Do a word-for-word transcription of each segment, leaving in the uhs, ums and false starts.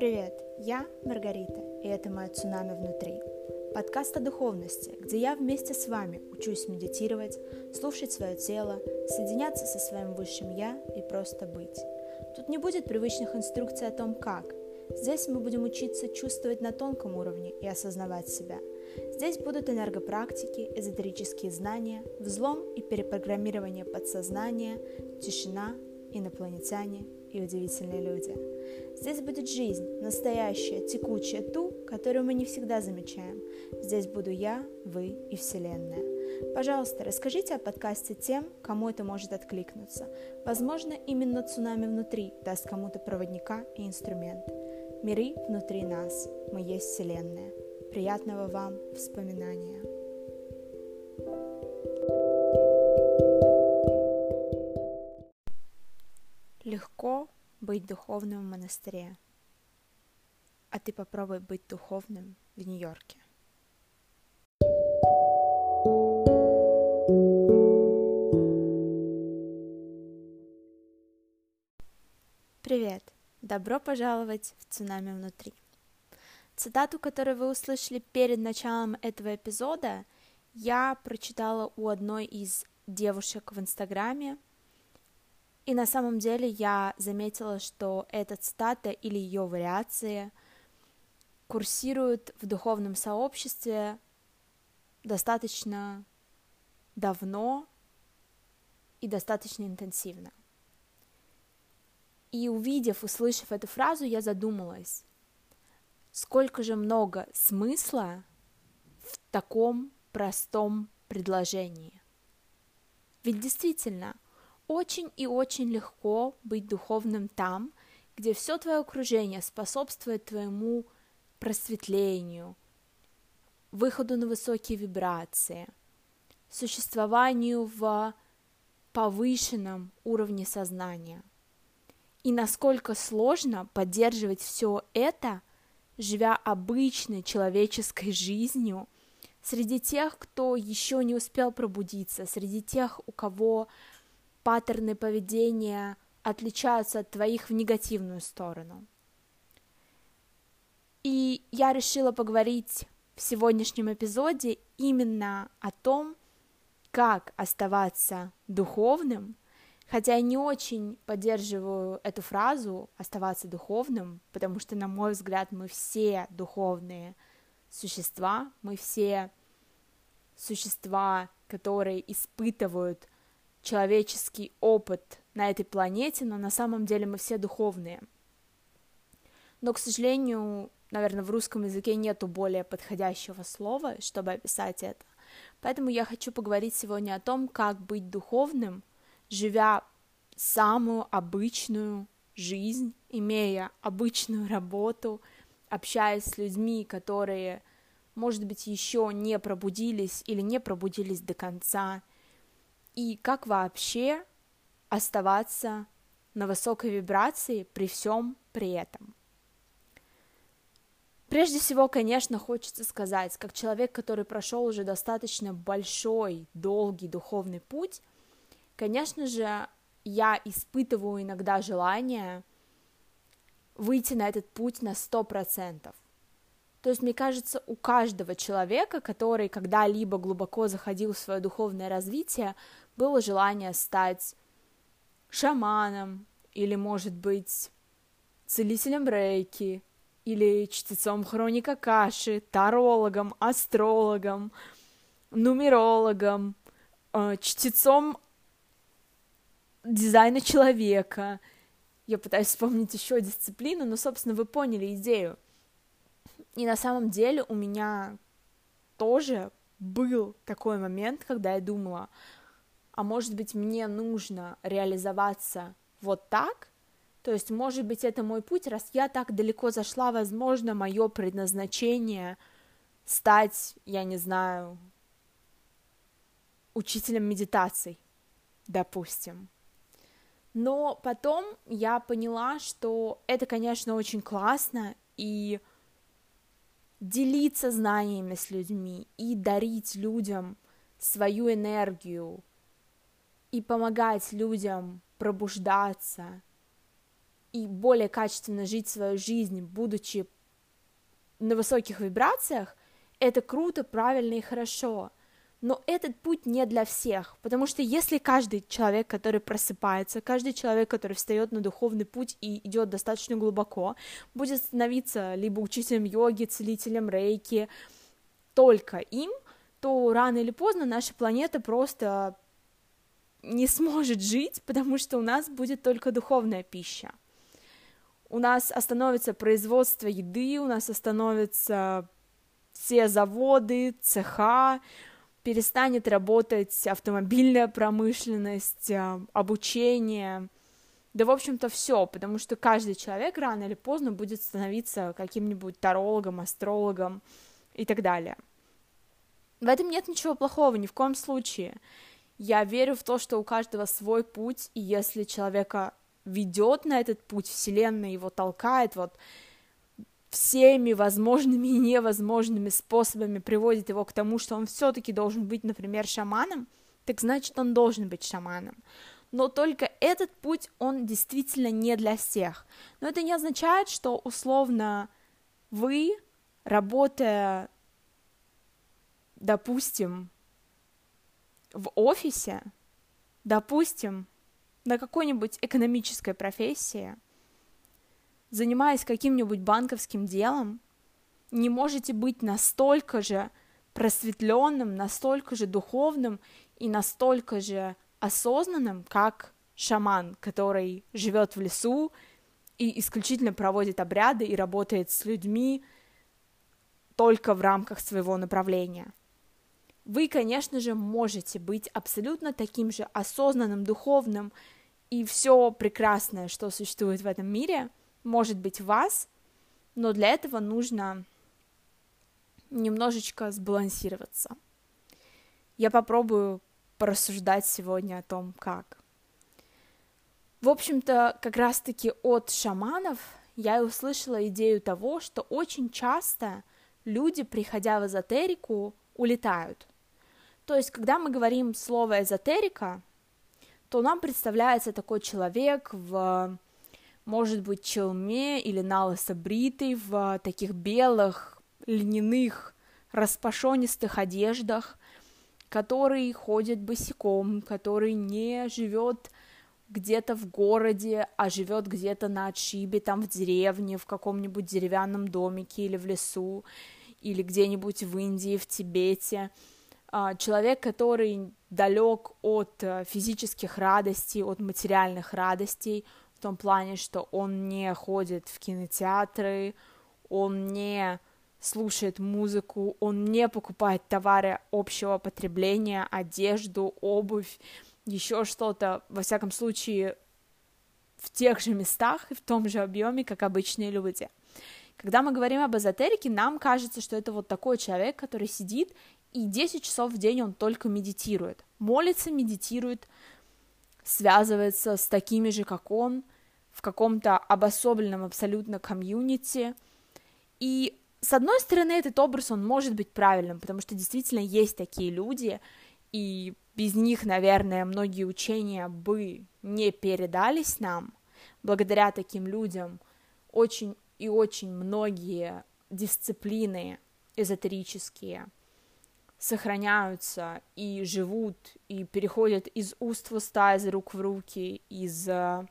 Привет, я Маргарита, и это мое «Цунами внутри». Подкаст о духовности, где я вместе с вами учусь медитировать, слушать свое тело, соединяться со своим высшим «я» и просто быть. Тут не будет привычных инструкций о том, как. Здесь мы будем учиться чувствовать на тонком уровне и осознавать себя. Здесь будут энергопрактики, эзотерические знания, взлом и перепрограммирование подсознания, тишина, инопланетяне и удивительные люди. Здесь будет жизнь, настоящая, текучая, ту, которую мы не всегда замечаем. Здесь буду я, вы и Вселенная. Пожалуйста, расскажите о подкасте тем, кому это может откликнуться. Возможно, именно «Цунами внутри» даст кому-то проводника и инструмент. Миры внутри нас. Мы есть Вселенная. Приятного вам вспоминания. Легко быть духовным в монастыре, а ты попробуй быть духовным в Нью-Йорке. Привет! Добро пожаловать в «Цунами внутри». Цитату, которую вы услышали перед началом этого эпизода, я прочитала у одной из девушек в Инстаграме, и на самом деле я заметила, что эта цитата или ее вариации курсируют в духовном сообществе достаточно давно и достаточно интенсивно. И увидев, услышав эту фразу, я задумалась, сколько же много смысла в таком простом предложении. Ведь действительно, очень и очень легко быть духовным там, где все твое окружение способствует твоему просветлению, выходу на высокие вибрации, существованию в повышенном уровне сознания. И насколько сложно поддерживать все это, живя обычной человеческой жизнью, среди тех, кто еще не успел пробудиться, среди тех, у кого паттерны поведения отличаются от твоих в негативную сторону. И я решила поговорить в сегодняшнем эпизоде именно о том, как оставаться духовным, хотя я не очень поддерживаю эту фразу «оставаться духовным», потому что, на мой взгляд, мы все духовные существа, мы все существа, которые испытывают человеческий опыт на этой планете, но на самом деле мы все духовные. Но, к сожалению, наверное, в русском языке нету более подходящего слова, чтобы описать это. Поэтому я хочу поговорить сегодня о том, как быть духовным, живя самую обычную жизнь, имея обычную работу, общаясь с людьми, которые, может быть, еще не пробудились или не пробудились до конца, и как вообще оставаться на высокой вибрации при всем при этом. Прежде всего, конечно, хочется сказать, как человек, который прошел уже достаточно большой, долгий духовный путь, конечно же, я испытываю иногда желание выйти на этот путь на сто процентов. То есть, мне кажется, у каждого человека, который когда-либо глубоко заходил в свое духовное развитие, было желание стать шаманом, или, может быть, целителем рейки, или чтецом хроник Акаши, тарологом, астрологом, нумерологом, э, чтецом дизайна человека. Я пытаюсь вспомнить еще дисциплину, но, собственно, вы поняли идею. И на самом деле у меня тоже был такой момент, когда я думала, а может быть, мне нужно реализоваться вот так? То есть, может быть, это мой путь, раз я так далеко зашла, возможно, мое предназначение стать, я не знаю, учителем медитаций, допустим. Но потом я поняла, что это, конечно, очень классно, и делиться знаниями с людьми, и дарить людям свою энергию, и помогать людям пробуждаться, и более качественно жить свою жизнь, будучи на высоких вибрациях, это круто, правильно и хорошо. Но этот путь не для всех, потому что если каждый человек, который просыпается, каждый человек, который встает на духовный путь и идет достаточно глубоко, будет становиться либо учителем йоги, целителем рейки, только им, то рано или поздно наша планета просто не сможет жить, потому что у нас будет только духовная пища. У нас остановится производство еды, у нас остановятся все заводы, цеха, перестанет работать автомобильная промышленность, обучение, да, в общем-то, все, потому что каждый человек рано или поздно будет становиться каким-нибудь тарологом, астрологом и так далее. В этом нет ничего плохого, ни в коем случае. Я верю в то, что у каждого свой путь, и если человека ведет на этот путь, Вселенная его толкает, вот, всеми возможными и невозможными способами приводит его к тому, что он все-таки должен быть, например, шаманом, так значит, он должен быть шаманом. Но только этот путь, он действительно не для всех. Но это не означает, что, условно, вы, работая, допустим, в офисе, допустим, на какой-нибудь экономической профессии, занимаясь каким-нибудь банковским делом, не можете быть настолько же просветленным, настолько же духовным и настолько же осознанным, как шаман, который живет в лесу и исключительно проводит обряды и работает с людьми только в рамках своего направления. Вы, конечно же, можете быть абсолютно таким же осознанным, духовным, и все прекрасное, что существует в этом мире, может быть в вас, но для этого нужно немножечко сбалансироваться. Я попробую порассуждать сегодня о том, как. В общем-то, как раз-таки от шаманов я и услышала идею того, что очень часто люди, приходя в эзотерику, улетают. То есть, когда мы говорим слово «эзотерика», то нам представляется такой человек в, может быть, челме или налысо бритый, в таких белых, льняных, распашонистых одеждах, который ходит босиком, который не живет где-то в городе, а живет где-то на отшибе, там в деревне, в каком-нибудь деревянном домике или в лесу, или где-нибудь в Индии, в Тибете. Человек, который далек от физических радостей, от материальных радостей, в том плане, что он не ходит в кинотеатры, он не слушает музыку, он не покупает товары общего потребления, одежду, обувь, еще что-то, во всяком случае, в тех же местах и в том же объеме, как обычные люди. Когда мы говорим об эзотерике, нам кажется, что это вот такой человек, который сидит, и десять часов в день он только медитирует, молится, медитирует, связывается с такими же, как он, в каком-то обособленном абсолютно комьюнити. И, с одной стороны, этот образ, он может быть правильным, потому что действительно есть такие люди, и без них, наверное, многие учения бы не передались нам. Благодаря таким людям очень и очень многие дисциплины эзотерические сохраняются и живут, и переходят из уст в уста, из рук в руки, из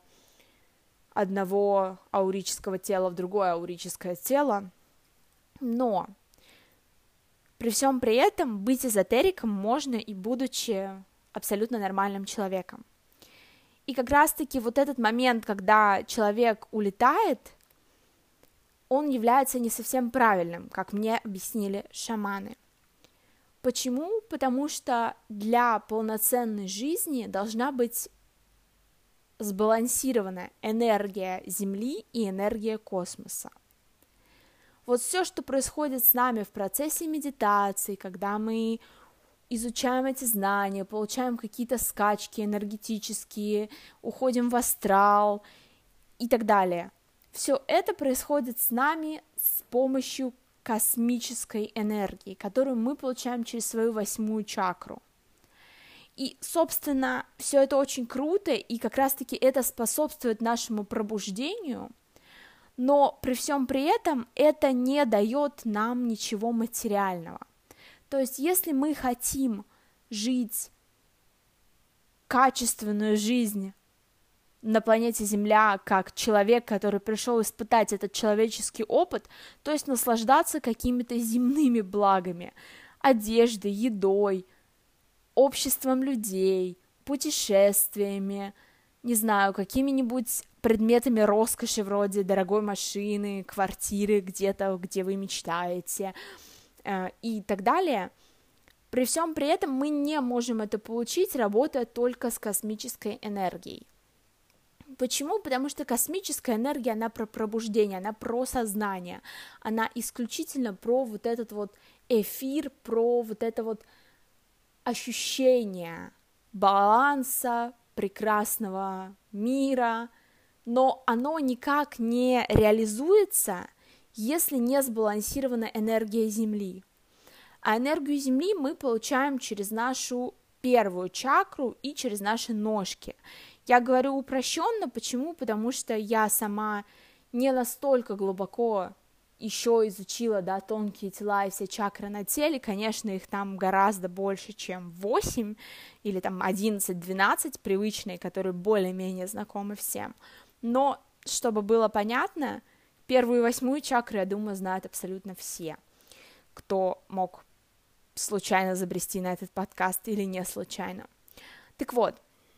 одного аурического тела в другое аурическое тело. Но при всем при этом быть эзотериком можно и будучи абсолютно нормальным человеком. И как раз-таки вот этот момент, когда человек улетает, он является не совсем правильным, как мне объяснили шаманы. Почему? Потому что для полноценной жизни должна быть сбалансирована энергия Земли и энергия космоса. Вот все, что происходит с нами в процессе медитации, когда мы изучаем эти знания, получаем какие-то скачки энергетические, уходим в астрал и так далее, все это происходит с нами с помощью космической энергии, которую мы получаем через свою восьмую чакру. И, собственно, все это очень круто, и как раз-таки это способствует нашему пробуждению, но при всем при этом это не дает нам ничего материального. То есть, если мы хотим жить качественную жизнь на планете Земля, как человек, который пришел испытать этот человеческий опыт, то есть наслаждаться какими-то земными благами, одеждой, едой, обществом людей, путешествиями, не знаю, какими-нибудь предметами роскоши вроде дорогой машины, квартиры где-то, где вы мечтаете, э, и так далее. При всем при этом мы не можем это получить, работая только с космической энергией. Почему? Потому что космическая энергия, она про пробуждение, она про сознание, она исключительно про вот этот вот эфир, про вот это вот ощущение баланса, прекрасного мира, но оно никак не реализуется, если не сбалансирована энергия Земли. А энергию Земли мы получаем через нашу первую чакру и через наши ножки. Я говорю упрощенно, почему? Потому что я сама не настолько глубоко еще изучила, да, тонкие тела и все чакры на теле, конечно, их там гораздо больше, чем восемь или там одиннадцать-двенадцать привычные, которые более-менее знакомы всем, но, чтобы было понятно, первую и восьмую чакры, я думаю, знают абсолютно все, кто мог случайно забрести на этот подкаст или не случайно. Так вот,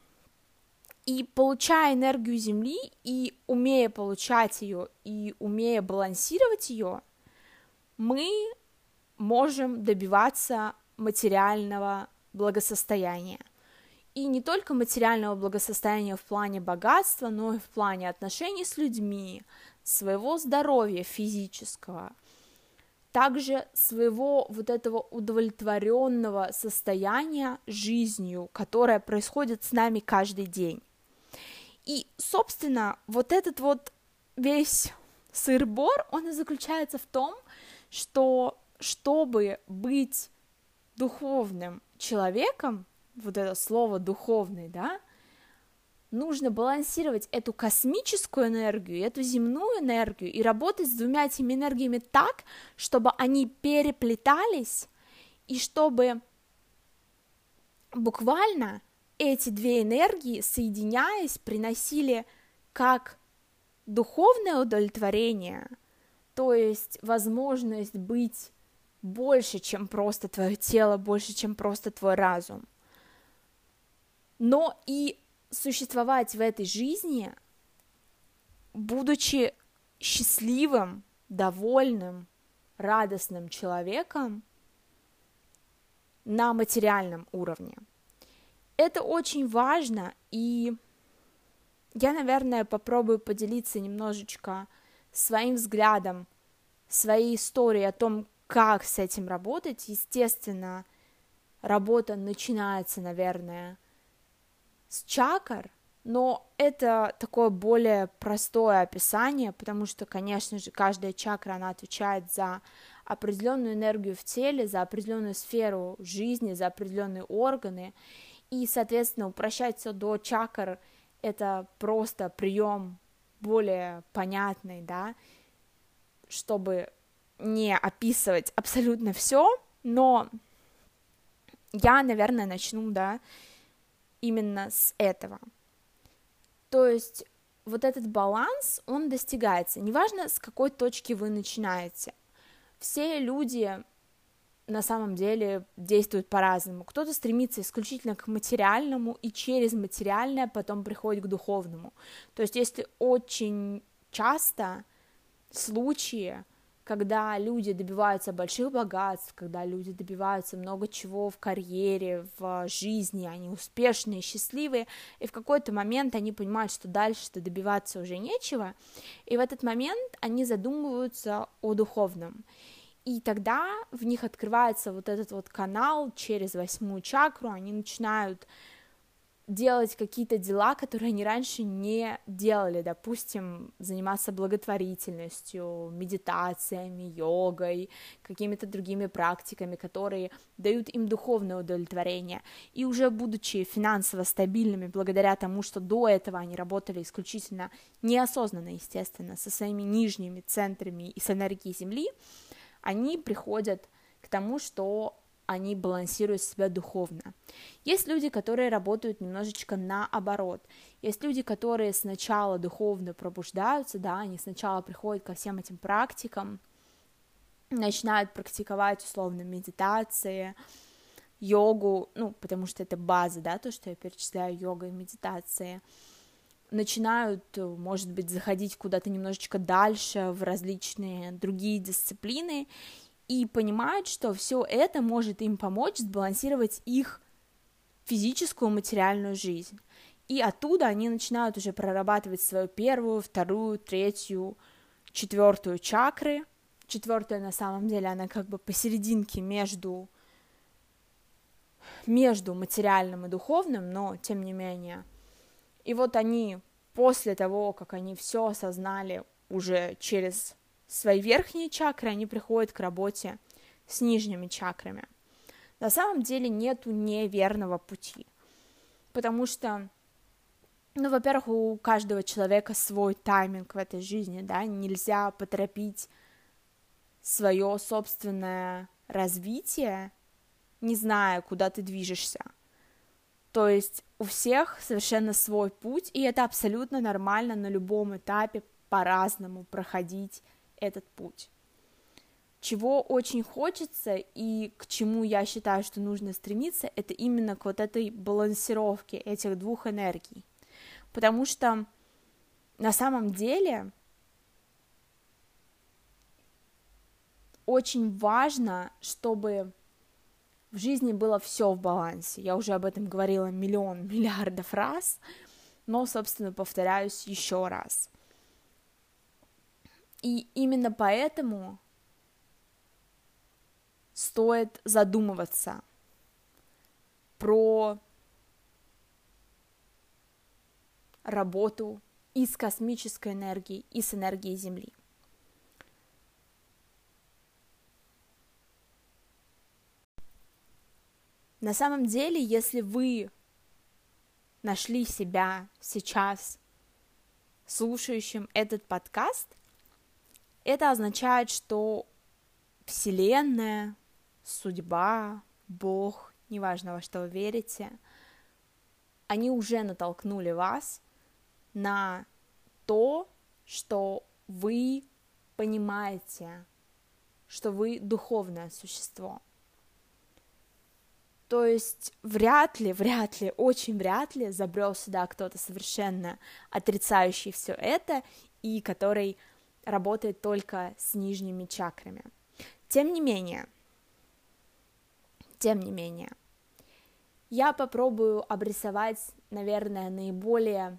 и получая энергию Земли, и умея получать ее, и умея балансировать ее, мы можем добиваться материального благосостояния. И не только материального благосостояния в плане богатства, но и в плане отношений с людьми, своего здоровья физического, также своего вот этого удовлетворенного состояния жизнью, которое происходит с нами каждый день. И, собственно, вот этот вот весь сыр-бор, он и заключается в том, что чтобы быть духовным человеком, вот это слово духовный, да, нужно балансировать эту космическую энергию, эту земную энергию и работать с двумя этими энергиями так, чтобы они переплетались и чтобы буквально эти две энергии, соединяясь, приносили как духовное удовлетворение, то есть возможность быть больше, чем просто твое тело, больше, чем просто твой разум, но и существовать в этой жизни, будучи счастливым, довольным, радостным человеком на материальном уровне. Это очень важно, и я, наверное, попробую поделиться немножечко своим взглядом, своей историей о том, как с этим работать. Естественно, работа начинается, наверное, с чакр, но это такое более простое описание, потому что, конечно же, каждая чакра, она отвечает за определенную энергию в теле, за определенную сферу жизни, за определенные органы, и, соответственно, упрощать все до чакр — это просто прием более понятный, да, чтобы не описывать абсолютно все, но я, наверное, начну, да, именно с этого. То есть вот этот баланс, он достигается. Неважно, с какой точки вы начинаете. Все люди на самом деле действуют по-разному. Кто-то стремится исключительно к материальному, и через материальное потом приходит к духовному. То есть если очень часто случаи, когда люди добиваются больших богатств, когда люди добиваются много чего в карьере, в жизни, они успешные, счастливые, и в какой-то момент они понимают, что дальше-то добиваться уже нечего, и в этот момент они задумываются о духовном. И тогда в них открывается вот этот вот канал через восьмую чакру, они начинают делать какие-то дела, которые они раньше не делали, допустим, заниматься благотворительностью, медитациями, йогой, какими-то другими практиками, которые дают им духовное удовлетворение. И уже будучи финансово стабильными, благодаря тому, что до этого они работали исключительно неосознанно, естественно, со своими нижними центрами и с энергией Земли, они приходят к тому, что они балансируют себя духовно. Есть люди, которые работают немножечко наоборот. Есть люди, которые сначала духовно пробуждаются, да, они сначала приходят ко всем этим практикам, начинают практиковать условно медитации, йогу, ну, потому что это база, да, то, что я перечисляю, йога и медитация, начинают, может быть, заходить куда-то немножечко дальше в различные другие дисциплины, и понимают, что все это может им помочь сбалансировать их физическую, материальную жизнь. И оттуда они начинают уже прорабатывать свою первую, вторую, третью, четвертую чакры. Четвертая, на самом деле, она как бы посерединке между, между материальным и духовным, но тем не менее. И вот они, после того, как они все осознали уже через свои верхние чакры, они приходят к работе с нижними чакрами. На самом деле нету неверного пути, потому что, ну, во-первых, у каждого человека свой тайминг в этой жизни, да, нельзя поторопить свое собственное развитие, не зная, куда ты движешься. То есть у всех совершенно свой путь, и это абсолютно нормально на любом этапе по-разному проходить этот путь. Чего очень хочется и к чему я считаю, что нужно стремиться, это именно к вот этой балансировке этих двух энергий. Потому что на самом деле очень важно, чтобы в жизни было все в балансе. Я уже об этом говорила миллион, миллиардов раз, но, собственно, повторяюсь еще раз. И именно поэтому стоит задумываться про работу и с космической энергией, и с энергией Земли. На самом деле, если вы нашли себя сейчас слушающим этот подкаст, это означает, что Вселенная, судьба, Бог, неважно, во что вы верите, они уже натолкнули вас на то, что вы понимаете, что вы духовное существо. То есть вряд ли, вряд ли, очень вряд ли забрел сюда кто-то совершенно отрицающий все это и который работает только с нижними чакрами. Тем не менее, тем не менее, я попробую обрисовать, наверное, наиболее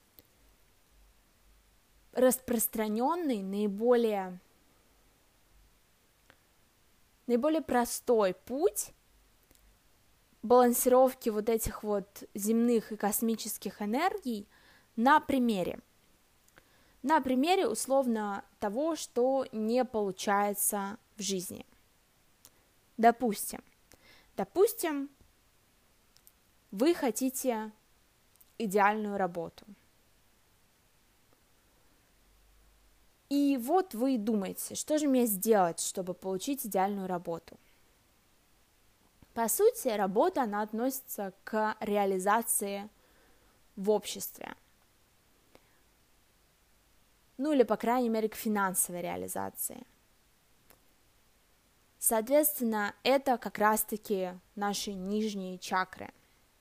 распространенный, наиболее, наиболее простой путь балансировки вот этих вот земных и космических энергий на примере. На примере, условно, того, что не получается в жизни. Допустим, допустим, вы хотите идеальную работу. И вот вы думаете, что же мне сделать, чтобы получить идеальную работу? По сути, работа, она относится к реализации в обществе. Ну или, по крайней мере, к финансовой реализации. Соответственно, это как раз-таки наши нижние чакры.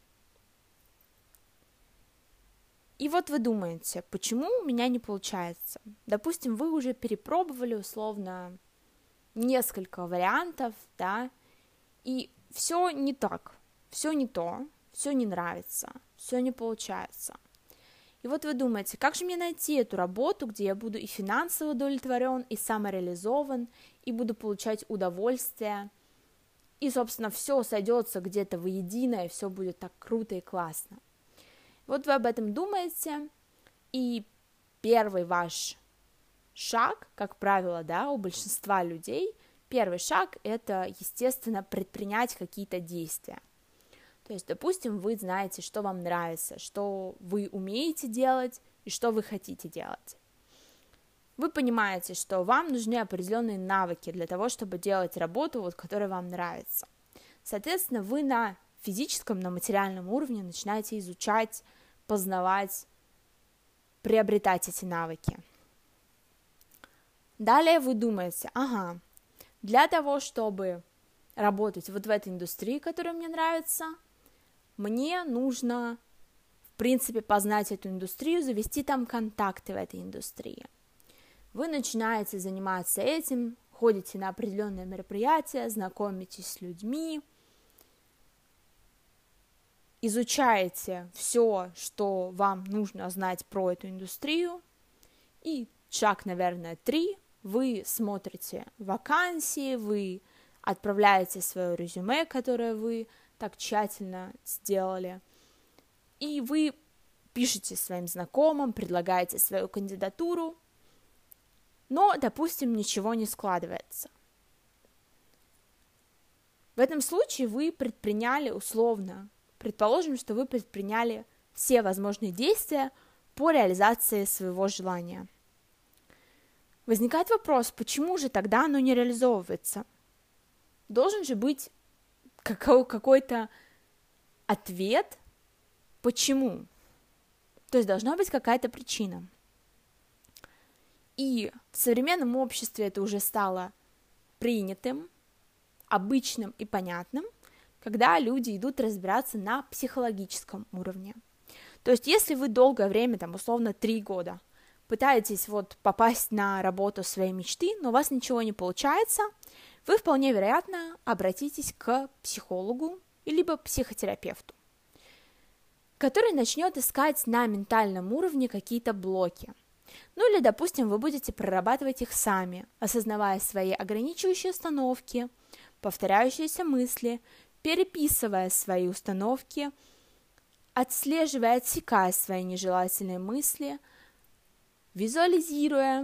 И вот вы думаете, почему у меня не получается? Допустим, вы уже перепробовали условно несколько вариантов, да, и все не так, все не то, все не нравится, все не получается. И вот вы думаете, как же мне найти эту работу, где я буду и финансово удовлетворен, и самореализован, и буду получать удовольствие, и, собственно, все сойдется где-то воедино, и все будет так круто и классно. Вот вы об этом думаете, и первый ваш шаг, как правило, да, у большинства людей, первый шаг – это, естественно, предпринять какие-то действия. То есть, допустим, вы знаете, что вам нравится, что вы умеете делать и что вы хотите делать. Вы понимаете, что вам нужны определенные навыки для того, чтобы делать работу, вот, которая вам нравится. Соответственно, вы на физическом, на материальном уровне начинаете изучать, познавать, приобретать эти навыки. Далее вы думаете, ага, для того, чтобы работать вот в этой индустрии, которая мне нравится, мне нужно, в принципе, познать эту индустрию, завести там контакты в этой индустрии. Вы начинаете заниматься этим, ходите на определенные мероприятия, знакомитесь с людьми, изучаете все, что вам нужно знать про эту индустрию, и шаг, наверное, три, вы смотрите вакансии, вы отправляете свое резюме, которое вы так тщательно сделали, и вы пишете своим знакомым, предлагаете свою кандидатуру, но, допустим, ничего не складывается. В этом случае вы предприняли условно, предположим, что вы предприняли все возможные действия по реализации своего желания. Возникает вопрос, почему же тогда оно не реализовывается? Должен же быть какой-то ответ, почему. То есть должна быть какая-то причина. И в современном обществе это уже стало принятым, обычным и понятным, когда люди идут разбираться на психологическом уровне. То есть если вы долгое время, там, условно, три года, пытаетесь вот попасть на работу своей мечты, но у вас ничего не получается, вы вполне вероятно обратитесь к психологу либо психотерапевту, который начнет искать на ментальном уровне какие-то блоки. Ну или, допустим, вы будете прорабатывать их сами, осознавая свои ограничивающие установки, повторяющиеся мысли, переписывая свои установки, отслеживая, отсекая свои нежелательные мысли, визуализируя,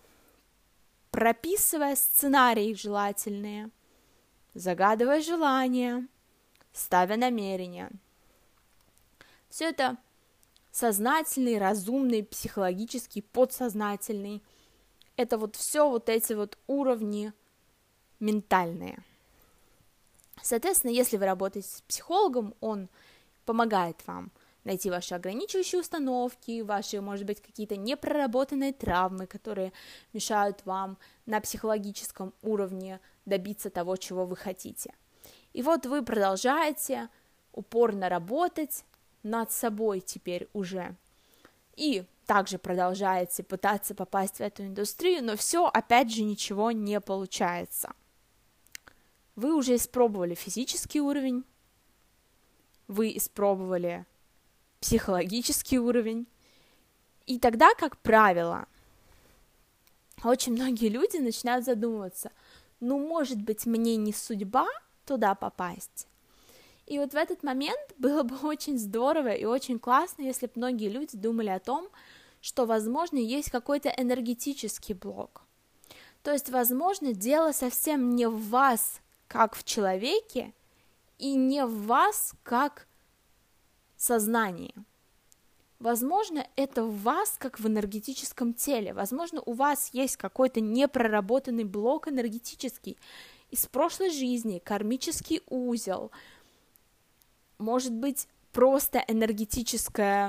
прописывая сценарии желательные, загадывая желания, ставя намерения. Все это сознательный, разумный, психологический, подсознательный. Это вот все вот эти вот уровни ментальные. Соответственно, если вы работаете с психологом, он помогает вам найти ваши ограничивающие установки, ваши, может быть, какие-то непроработанные травмы, которые мешают вам на психологическом уровне добиться того, чего вы хотите. И вот вы продолжаете упорно работать над собой теперь уже. И также продолжаете пытаться попасть в эту индустрию, но все, опять же, ничего не получается. Вы уже испробовали физический уровень, вы испробовали психологический уровень, и тогда, как правило, очень многие люди начинают задумываться, ну, может быть, мне не судьба туда попасть. И вот в этот момент было бы очень здорово и очень классно, если бы многие люди думали о том, что, возможно, есть какой-то энергетический блок. То есть, возможно, дело совсем не в вас, как в человеке, и не в вас, как сознании. Возможно, это в вас, как в энергетическом теле. Возможно, у вас есть какой-то непроработанный блок энергетический из прошлой жизни, кармический узел, может быть, просто энергетическое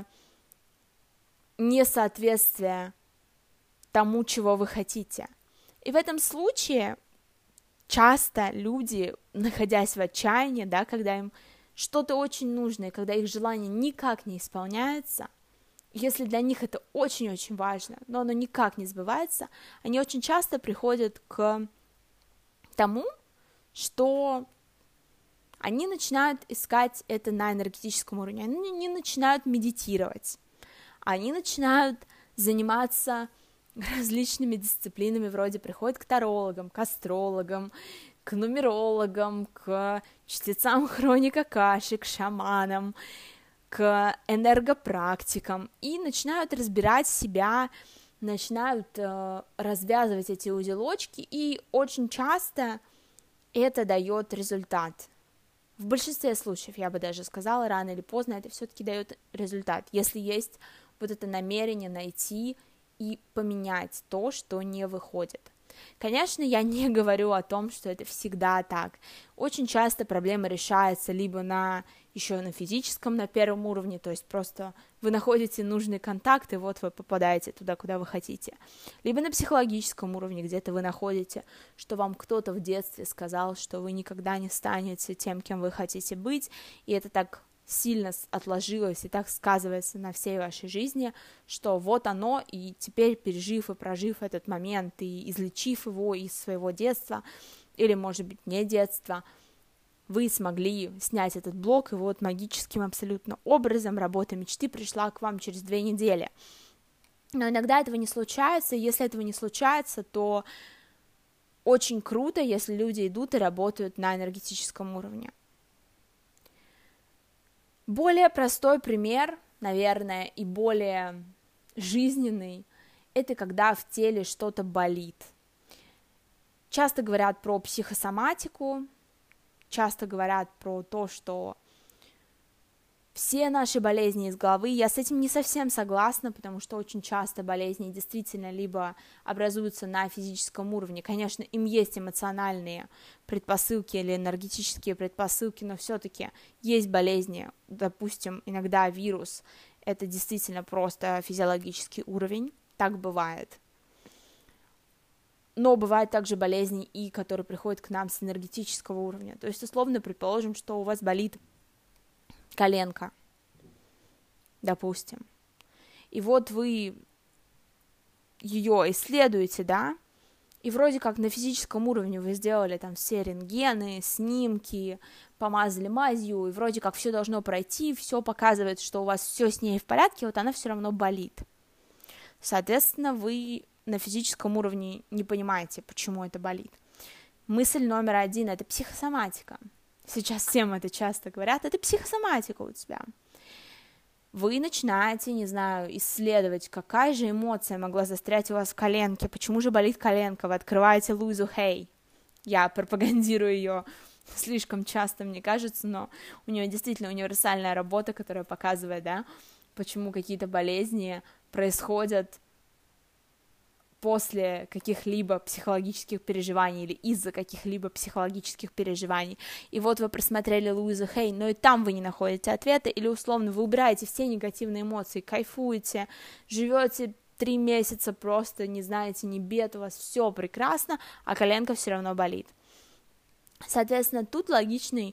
несоответствие тому, чего вы хотите. И в этом случае часто люди, находясь в отчаянии, да, когда им что-то очень нужно, и когда их желание никак не исполняется, если для них это очень-очень важно, но оно никак не сбывается, они очень часто приходят к тому, что они начинают искать это на энергетическом уровне, они не начинают медитировать, они начинают заниматься различными дисциплинами, вроде приходят к тарологам, к астрологам, к нумерологам, к чтецам хроник Акаши, к шаманам, к энергопрактикам и начинают разбирать себя, начинают э, развязывать эти узелочки, и очень часто это дает результат. В большинстве случаев, я бы даже сказала, рано или поздно это все-таки дает результат, если есть вот это намерение найти и поменять то, что не выходит. Конечно, я не говорю о том, что это всегда так. Очень часто проблема решается либо на еще на физическом, на первом уровне, то есть просто вы находите нужный контакт, и вот вы попадаете туда, куда вы хотите. Либо на психологическом уровне, где-то вы находите, что вам кто-то в детстве сказал, что вы никогда не станете тем, кем вы хотите быть, и это так сильно отложилось и так сказывается на всей вашей жизни, что вот оно, и теперь, пережив и прожив этот момент, и излечив его из своего детства, или, может быть, не детства, вы смогли снять этот блок, и вот магическим абсолютно образом работа мечты пришла к вам через две недели. Но иногда этого не случается, и если этого не случается, то очень круто, если люди идут и работают на энергетическом уровне. Более простой пример, наверное, и более жизненный, это когда в теле что-то болит. Часто говорят про психосоматику, часто говорят про то, что все наши болезни из головы. Я с этим не совсем согласна, потому что очень часто болезни действительно либо образуются на физическом уровне. Конечно, им есть эмоциональные предпосылки или энергетические предпосылки, но все-таки есть болезни, допустим, иногда вирус, это действительно просто физиологический уровень, так бывает. Но бывают также болезни, и которые приходят к нам с энергетического уровня. То есть, условно, предположим, что у вас болит коленка, допустим, и вот вы ее исследуете, да, и вроде как на физическом уровне вы сделали там все рентгены, снимки, помазали мазью, и вроде как все должно пройти, все показывает, что у вас все с ней в порядке, вот она все равно болит. Соответственно, вы на физическом уровне не понимаете, почему это болит. Мысль номер один – это психосоматика. Сейчас всем это часто говорят, это психосоматика у тебя. Вы начинаете, не знаю, исследовать, какая же эмоция могла застрять у вас в коленке, почему же болит коленка, вы открываете Луизу Хей. Я пропагандирую ее слишком часто, мне кажется, но у нее действительно универсальная работа, которая показывает, да, почему какие-то болезни происходят после каких-либо психологических переживаний или из-за каких-либо психологических переживаний. И вот вы просмотрели Луизу Хей, но и там вы не находите ответа, или условно вы убираете все негативные эмоции, кайфуете, живете три месяца просто, не знаете ни бед, у вас все прекрасно, а коленка все равно болит. Соответственно, тут логичный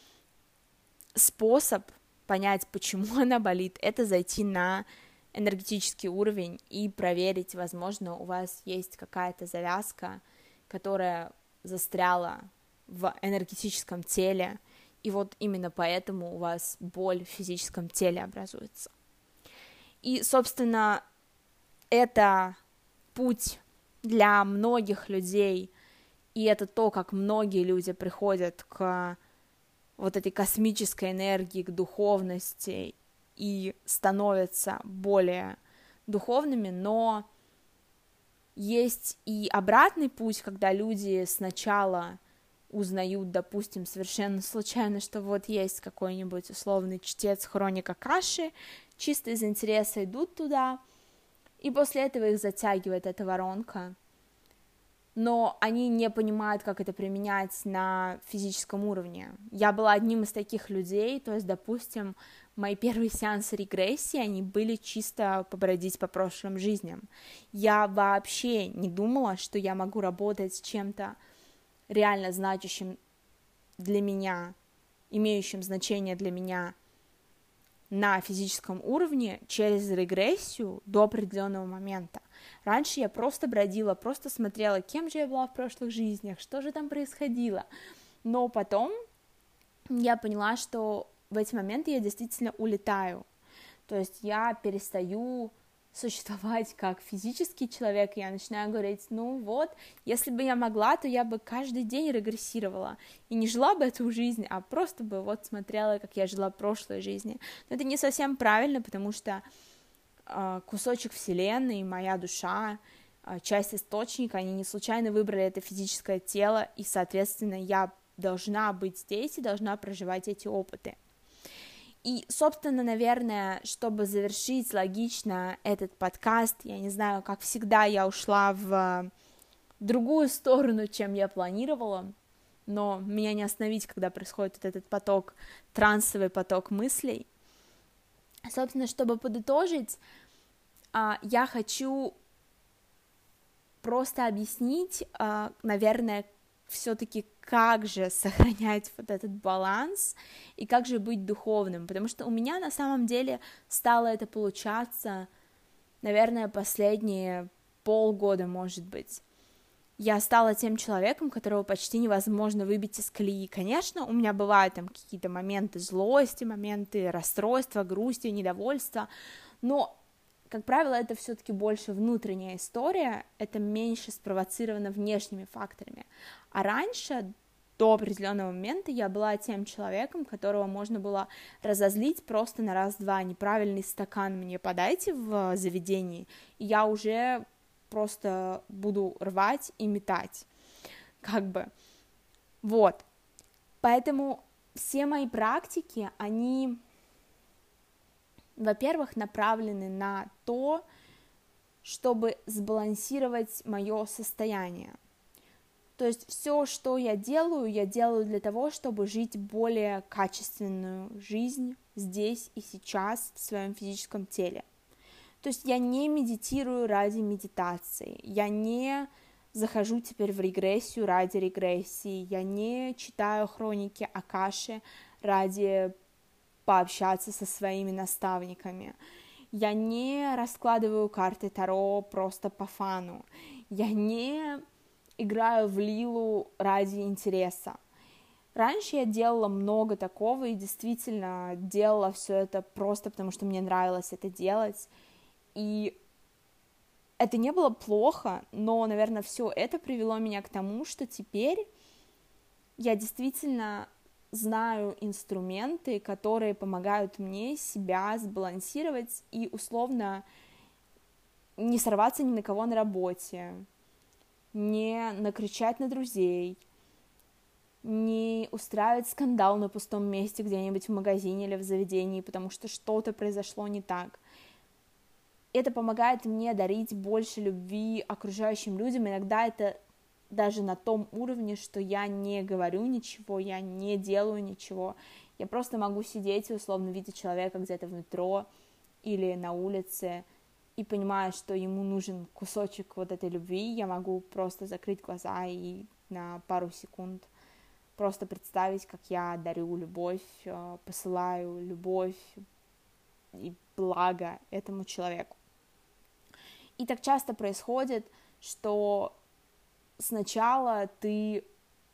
способ понять, почему она болит, это зайти на энергетический уровень и проверить, возможно, у вас есть какая-то завязка, которая застряла в энергетическом теле, и вот именно поэтому у вас боль в физическом теле образуется. И, собственно, это путь для многих людей, и это то, как многие люди приходят к вот этой космической энергии, к духовности, и становятся более духовными, но есть и обратный путь, когда люди сначала узнают, допустим, совершенно случайно, что вот есть какой-нибудь условный чтец хроника Каши, чисто из интереса идут туда, и после этого их затягивает эта воронка, но они не понимают, как это применять на физическом уровне. Я была одним из таких людей, то есть, допустим, мои первые сеансы регрессии, они были чисто побродить по прошлым жизням. Я вообще не думала, что я могу работать с чем-то реально значащим для меня, имеющим значение для меня на физическом уровне через регрессию до определенного момента. Раньше я просто бродила, просто смотрела, кем же я была в прошлых жизнях, что же там происходило. Но потом я поняла, что в эти моменты я действительно улетаю. То есть я перестаю существовать как физический человек, я начинаю говорить, ну вот, если бы я могла, то я бы каждый день регрессировала, и не жила бы эту жизнь, а просто бы вот смотрела, как я жила в прошлой жизни. Но это не совсем правильно, потому что э, кусочек вселенной, моя душа, э, часть источника, они не случайно выбрали это физическое тело, и, соответственно, я должна быть здесь и должна проживать эти опыты. И, собственно, наверное, чтобы завершить логично этот подкаст, я не знаю, как всегда, я ушла в другую сторону, чем я планировала, но меня не остановить, когда происходит вот этот поток, трансовый поток мыслей. Собственно, чтобы подытожить, я хочу просто объяснить, наверное, все-таки как же сохранять вот этот баланс и как же быть духовным, потому что у меня на самом деле стало это получаться, наверное, последние полгода, может быть. Я стала тем человеком, которого почти невозможно выбить из колеи. Конечно, у меня бывают там какие-то моменты злости, моменты расстройства, грусти, недовольства, но, как правило, это все-таки больше внутренняя история, это меньше спровоцировано внешними факторами. А раньше, до определенного момента, я была тем человеком, которого можно было разозлить просто на раз-два. Неправильный стакан мне подайте в заведении, и я уже просто буду рвать и метать, как бы. Вот. Поэтому все мои практики, они, во-первых, направлены на то, чтобы сбалансировать мое состояние. То есть все, что я делаю, я делаю для того, чтобы жить более качественную жизнь здесь и сейчас в своем физическом теле. То есть я не медитирую ради медитации, я не захожу теперь в регрессию ради регрессии, я не читаю хроники Акаши ради пообщаться со своими наставниками, я не раскладываю карты Таро просто по фану, я не играю в лилу ради интереса. Раньше я делала много такого и действительно делала все это просто потому, что мне нравилось это делать. И это не было плохо, но, наверное, все это привело меня к тому, что теперь я действительно знаю инструменты, которые помогают мне себя сбалансировать и условно не сорваться ни на кого на работе, не накричать на друзей, не устраивать скандал на пустом месте где-нибудь в магазине или в заведении, потому что что-то произошло не так. Это помогает мне дарить больше любви окружающим людям. Иногда это даже на том уровне, что я не говорю ничего, я не делаю ничего. Я просто могу сидеть и условно видеть человека где-то в метро или на улице, и понимая, что ему нужен кусочек вот этой любви, я могу просто закрыть глаза и на пару секунд просто представить, как я дарю любовь, посылаю любовь и благо этому человеку. И так часто происходит, что сначала ты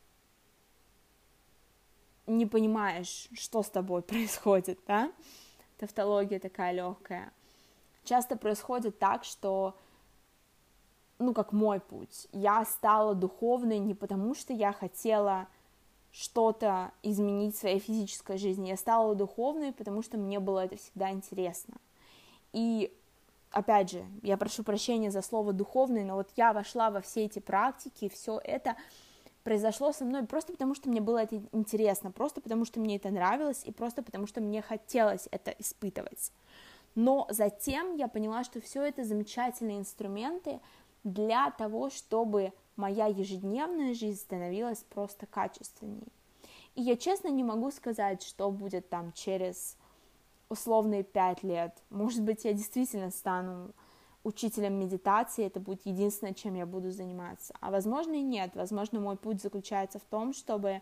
не понимаешь, что с тобой происходит, да? Тавтология такая легкая. Часто происходит так, что, ну, как мой путь, я стала духовной не потому, что я хотела что-то изменить в своей физической жизни, я стала духовной, потому что мне было это всегда интересно. И, опять же, я прошу прощения за слово «духовный», но вот я вошла во все эти практики, все это произошло со мной просто потому, что мне было это интересно, просто потому, что мне это нравилось, и просто потому, что мне хотелось это испытывать. Но затем я поняла, что все это замечательные инструменты для того, чтобы моя ежедневная жизнь становилась просто качественней. И я честно не могу сказать, что будет там через условные пять лет. Может быть, я действительно стану учителем медитации, это будет единственное, чем я буду заниматься. А возможно и нет. Возможно, мой путь заключается в том, чтобы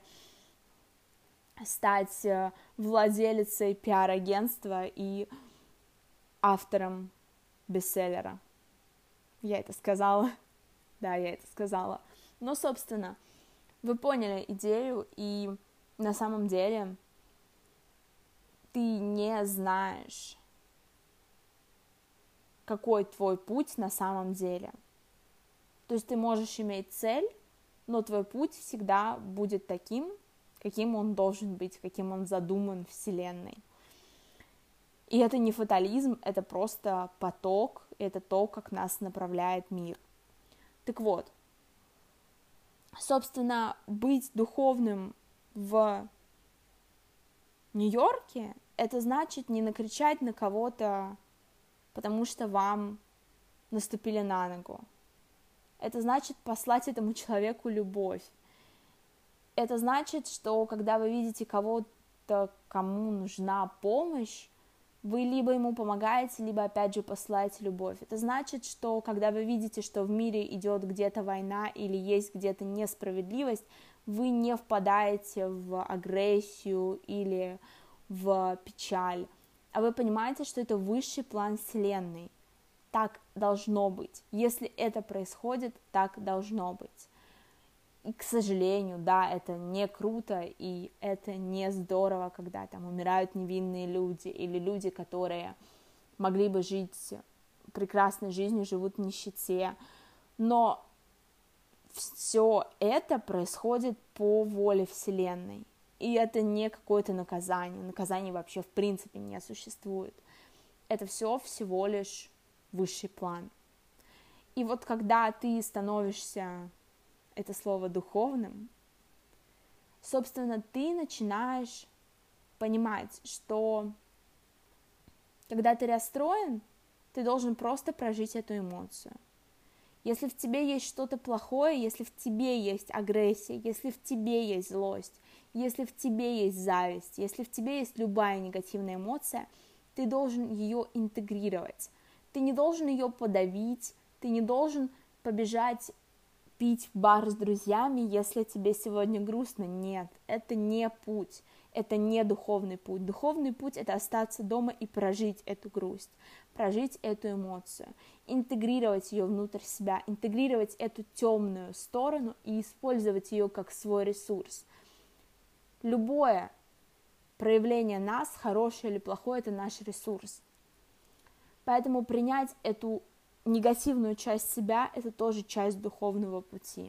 стать владелицей пиар-агентства и автором бестселлера. Я это сказала. Да, я это сказала. Но, собственно, вы поняли идею, и на самом деле ты не знаешь, какой твой путь на самом деле. То есть ты можешь иметь цель, но твой путь всегда будет таким, каким он должен быть, каким он задуман Вселенной. И это не фатализм, это просто поток, это то, как нас направляет мир. Так вот, собственно, быть духовным в Нью-Йорке, это значит не накричать на кого-то, потому что вам наступили на ногу. Это значит послать этому человеку любовь. Это значит, что когда вы видите кого-то, кому нужна помощь, вы либо ему помогаете, либо опять же посылаете любовь. Это значит, что когда вы видите, что в мире идет где-то война или есть где-то несправедливость, вы не впадаете в агрессию или в печаль, а вы понимаете, что это высший план Вселенной. Так должно быть. Если это происходит, так должно быть. И, к сожалению, да, это не круто, и это не здорово, когда там умирают невинные люди, или люди, которые могли бы жить прекрасной жизнью, живут в нищете. Но все это происходит по воле Вселенной. И это не какое-то наказание. Наказание вообще в принципе не существует. Это все всего лишь высший план. И вот когда ты становишься, это слово, духовным, собственно, ты начинаешь понимать, что когда ты расстроен, ты должен просто прожить эту эмоцию. Если в тебе есть что-то плохое, если в тебе есть агрессия, если в тебе есть злость, если в тебе есть зависть, если в тебе есть любая негативная эмоция, ты должен ее интегрировать. Ты не должен ее подавить, ты не должен побежать пить в бар с друзьями, если тебе сегодня грустно. Нет, это не путь, это не духовный путь. Духовный путь — это остаться дома и прожить эту грусть, прожить эту эмоцию, интегрировать ее внутрь себя, интегрировать эту темную сторону и использовать ее как свой ресурс. Любое проявление нас, хорошее или плохое, это наш ресурс. Поэтому принять эту негативную часть себя – это тоже часть духовного пути.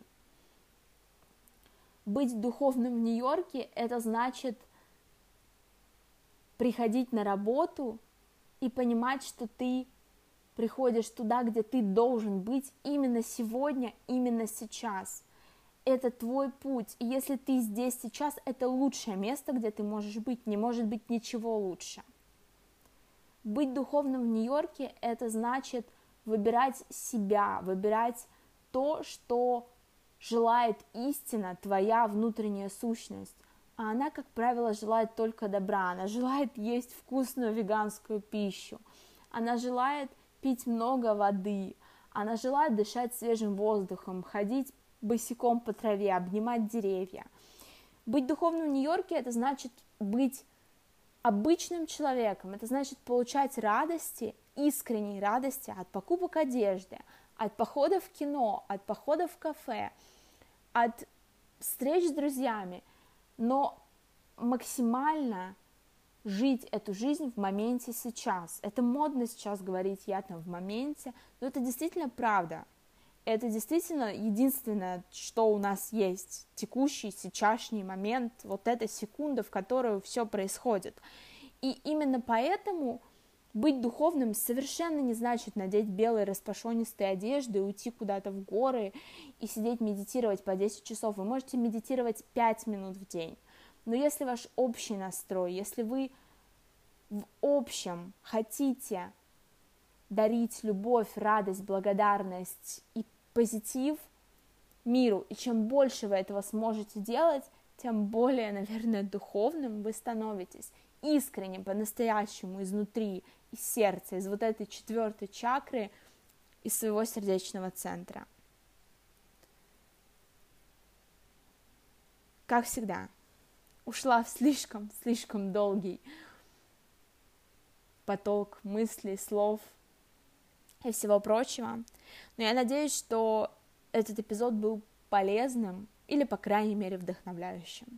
Быть духовным в Нью-Йорке – это значит приходить на работу и понимать, что ты приходишь туда, где ты должен быть именно сегодня, именно сейчас. Это твой путь, и если ты здесь сейчас, это лучшее место, где ты можешь быть, не может быть ничего лучше. Быть духовным в Нью-Йорке – это значит выбирать себя, выбирать то, что желает истина, твоя внутренняя сущность. А она, как правило, желает только добра, она желает есть вкусную веганскую пищу, она желает пить много воды, она желает дышать свежим воздухом, ходить босиком по траве, обнимать деревья. Быть духовным в Нью-Йорке – это значит быть обычным человеком, это значит получать радости, искренней радости от покупок одежды, от похода в кино, от похода в кафе, от встреч с друзьями, но максимально жить эту жизнь в моменте сейчас. Это модно сейчас говорить «я там в моменте», но это действительно правда. Это действительно единственное, что у нас есть, текущий, сейчасшний момент, вот эта секунда, в которую все происходит. И именно поэтому быть духовным совершенно не значит надеть белые распашонистые одежды, уйти куда-то в горы и сидеть медитировать по десять часов. Вы можете медитировать пять минут в день. Но если ваш общий настрой, если вы в общем хотите дарить любовь, радость, благодарность и позитив миру, и чем больше вы этого сможете делать, тем более, наверное, духовным вы становитесь, искренне, по-настоящему, изнутри, из сердца, из вот этой четвертой чакры, из своего сердечного центра. Как всегда, ушла в слишком-слишком долгий поток мыслей, слов и всего прочего. Но я надеюсь, что этот эпизод был полезным или, по крайней мере, вдохновляющим.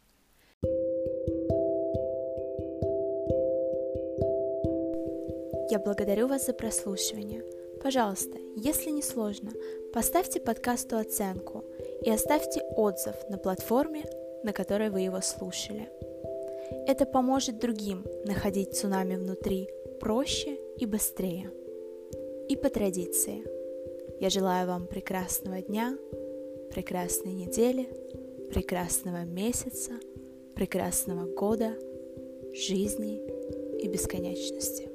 Я Я благодарю вас за прослушивание. Пожалуйста, если не сложно, поставьте подкасту оценку и оставьте отзыв на платформе, на которой вы его слушали. Это поможет другим находить цунами внутри проще и быстрее. И по традиции, я желаю вам прекрасного дня, прекрасной недели, прекрасного месяца, прекрасного года, жизни и бесконечности.